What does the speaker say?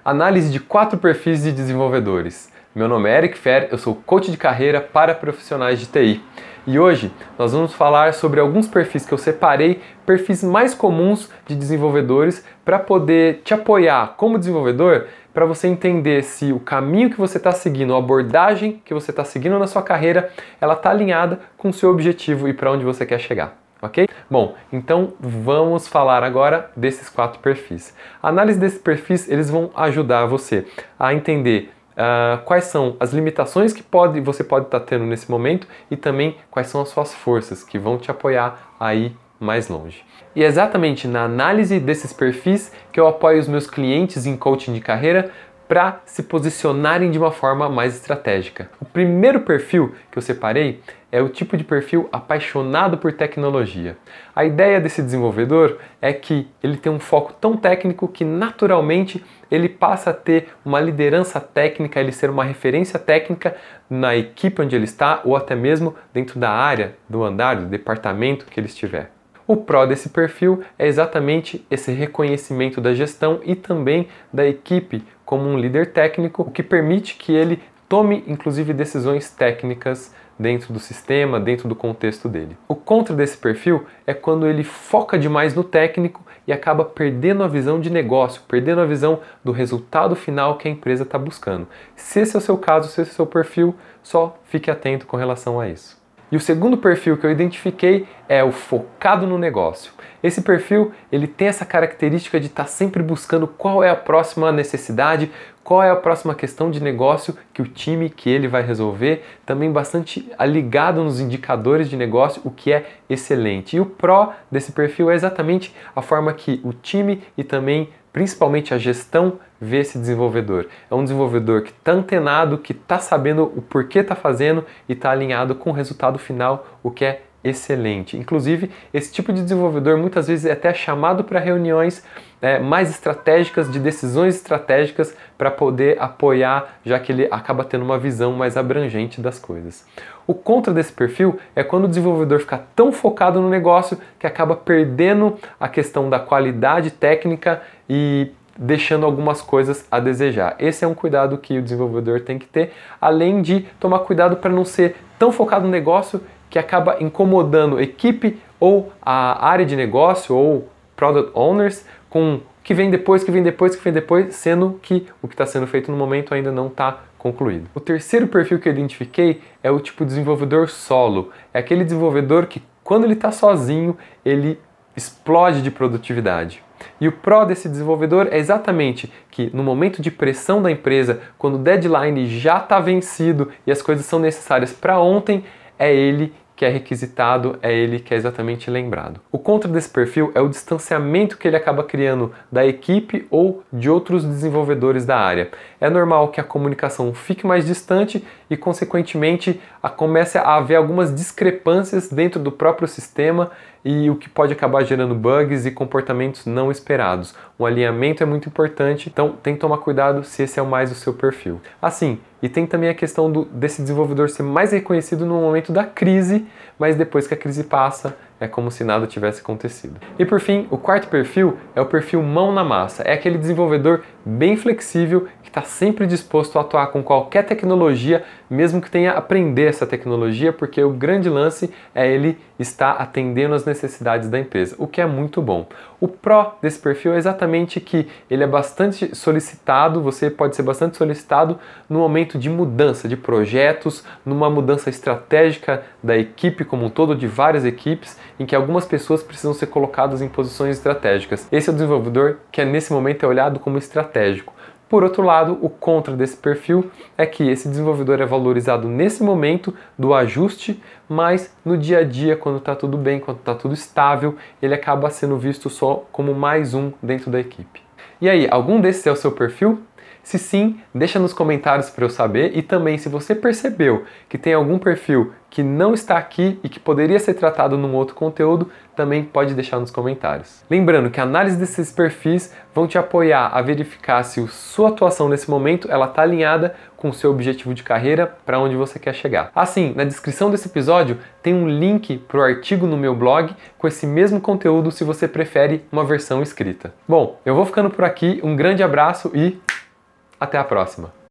Análise de 4 perfis de desenvolvedores. Meu nome é Eric Fer, eu sou coach de carreira para profissionais de TI. E hoje nós vamos falar sobre alguns perfis que eu separei, perfis mais comuns de desenvolvedores, para poder te apoiar como desenvolvedor, para você entender se o caminho que você está seguindo, a abordagem que você está seguindo na sua carreira, ela está alinhada com o seu objetivo e para onde você quer chegar. Ok? Bom, então vamos falar agora desses 4 perfis. A análise desses perfis, eles vão ajudar você a entender quais são as limitações que você pode estar tendo nesse momento e também quais são as suas forças que vão te apoiar a ir mais longe. E é exatamente na análise desses perfis que eu apoio os meus clientes em coaching de carreira para se posicionarem de uma forma mais estratégica. O primeiro perfil que eu separei é o tipo de perfil apaixonado por tecnologia. A ideia desse desenvolvedor é que ele tem um foco tão técnico que naturalmente ele passa a ter uma liderança técnica, ele ser uma referência técnica na equipe onde ele está ou até mesmo dentro da área, do andar, do departamento que ele estiver. O pró desse perfil é exatamente esse reconhecimento da gestão e também da equipe como um líder técnico, o que permite que ele tome inclusive decisões técnicas dentro do sistema, dentro do contexto dele. O contra desse perfil é quando ele foca demais no técnico e acaba perdendo a visão de negócio, perdendo a visão do resultado final que a empresa está buscando. Se esse é o seu caso, se esse é o seu perfil, só fique atento com relação a isso. E o segundo perfil que eu identifiquei é o focado no negócio. Esse perfil, ele tem essa característica de estar sempre buscando qual é a próxima necessidade, qual é a próxima questão de negócio que o time que ele vai resolver, também bastante ligado nos indicadores de negócio, o que é excelente. E o pró desse perfil é exatamente a forma que o time e também principalmente a gestão vê esse desenvolvedor. É um desenvolvedor que está antenado, que está sabendo o porquê está fazendo e está alinhado com o resultado final, o que é excelente. Inclusive, esse tipo de desenvolvedor muitas vezes é até chamado para reuniões mais estratégicas, de decisões estratégicas para poder apoiar, já que ele acaba tendo uma visão mais abrangente das coisas. O contra desse perfil é quando o desenvolvedor fica tão focado no negócio que acaba perdendo a questão da qualidade técnica e deixando algumas coisas a desejar. Esse é um cuidado que o desenvolvedor tem que ter, além de tomar cuidado para não ser tão focado no negócio que acaba incomodando a equipe ou a área de negócio ou product owners com que vem depois, sendo que o que está sendo feito no momento ainda não está concluído. O terceiro perfil que eu identifiquei é o tipo de desenvolvedor solo. É aquele desenvolvedor que quando ele está sozinho, ele explode de produtividade. E o pró desse desenvolvedor é exatamente que no momento de pressão da empresa, quando o deadline já está vencido e as coisas são necessárias para ontem, é ele que é requisitado, é ele que é exatamente lembrado. O contra desse perfil é o distanciamento que ele acaba criando da equipe ou de outros desenvolvedores da área. É normal que a comunicação fique mais distante e, consequentemente, comece a haver algumas discrepâncias dentro do próprio sistema e o que pode acabar gerando bugs e comportamentos não esperados. Um alinhamento é muito importante, então tem que tomar cuidado se esse é mais o seu perfil. Assim, e tem também a questão desse desenvolvedor ser mais reconhecido no momento da crise, mas depois que a crise passa, é como se nada tivesse acontecido. E por fim, o quarto perfil é o perfil mão na massa. É aquele desenvolvedor bem flexível que está sempre disposto a atuar com qualquer tecnologia, mesmo que tenha a aprender essa tecnologia, porque o grande lance é ele estar atendendo às necessidades da empresa, o que é muito bom. O pró desse perfil é exatamente que ele é bastante solicitado, você pode ser bastante solicitado no momento de mudança de projetos, numa mudança estratégica da equipe como um todo, de várias equipes, em que algumas pessoas precisam ser colocadas em posições estratégicas. Esse é o desenvolvedor que nesse momento é olhado como estratégico. Por outro lado, o contra desse perfil é que esse desenvolvedor é valorizado nesse momento do ajuste, mas no dia a dia, quando está tudo bem, quando está tudo estável, ele acaba sendo visto só como mais um dentro da equipe. E aí, algum desses é o seu perfil? Se sim, deixa nos comentários para eu saber, e também se você percebeu que tem algum perfil que não está aqui e que poderia ser tratado num outro conteúdo, também pode deixar nos comentários. Lembrando que a análise desses perfis vão te apoiar a verificar se a sua atuação nesse momento ela está alinhada com o seu objetivo de carreira, para onde você quer chegar. Assim, na descrição desse episódio tem um link para o artigo no meu blog com esse mesmo conteúdo se você prefere uma versão escrita. Bom, eu vou ficando por aqui, um grande abraço e Até a próxima!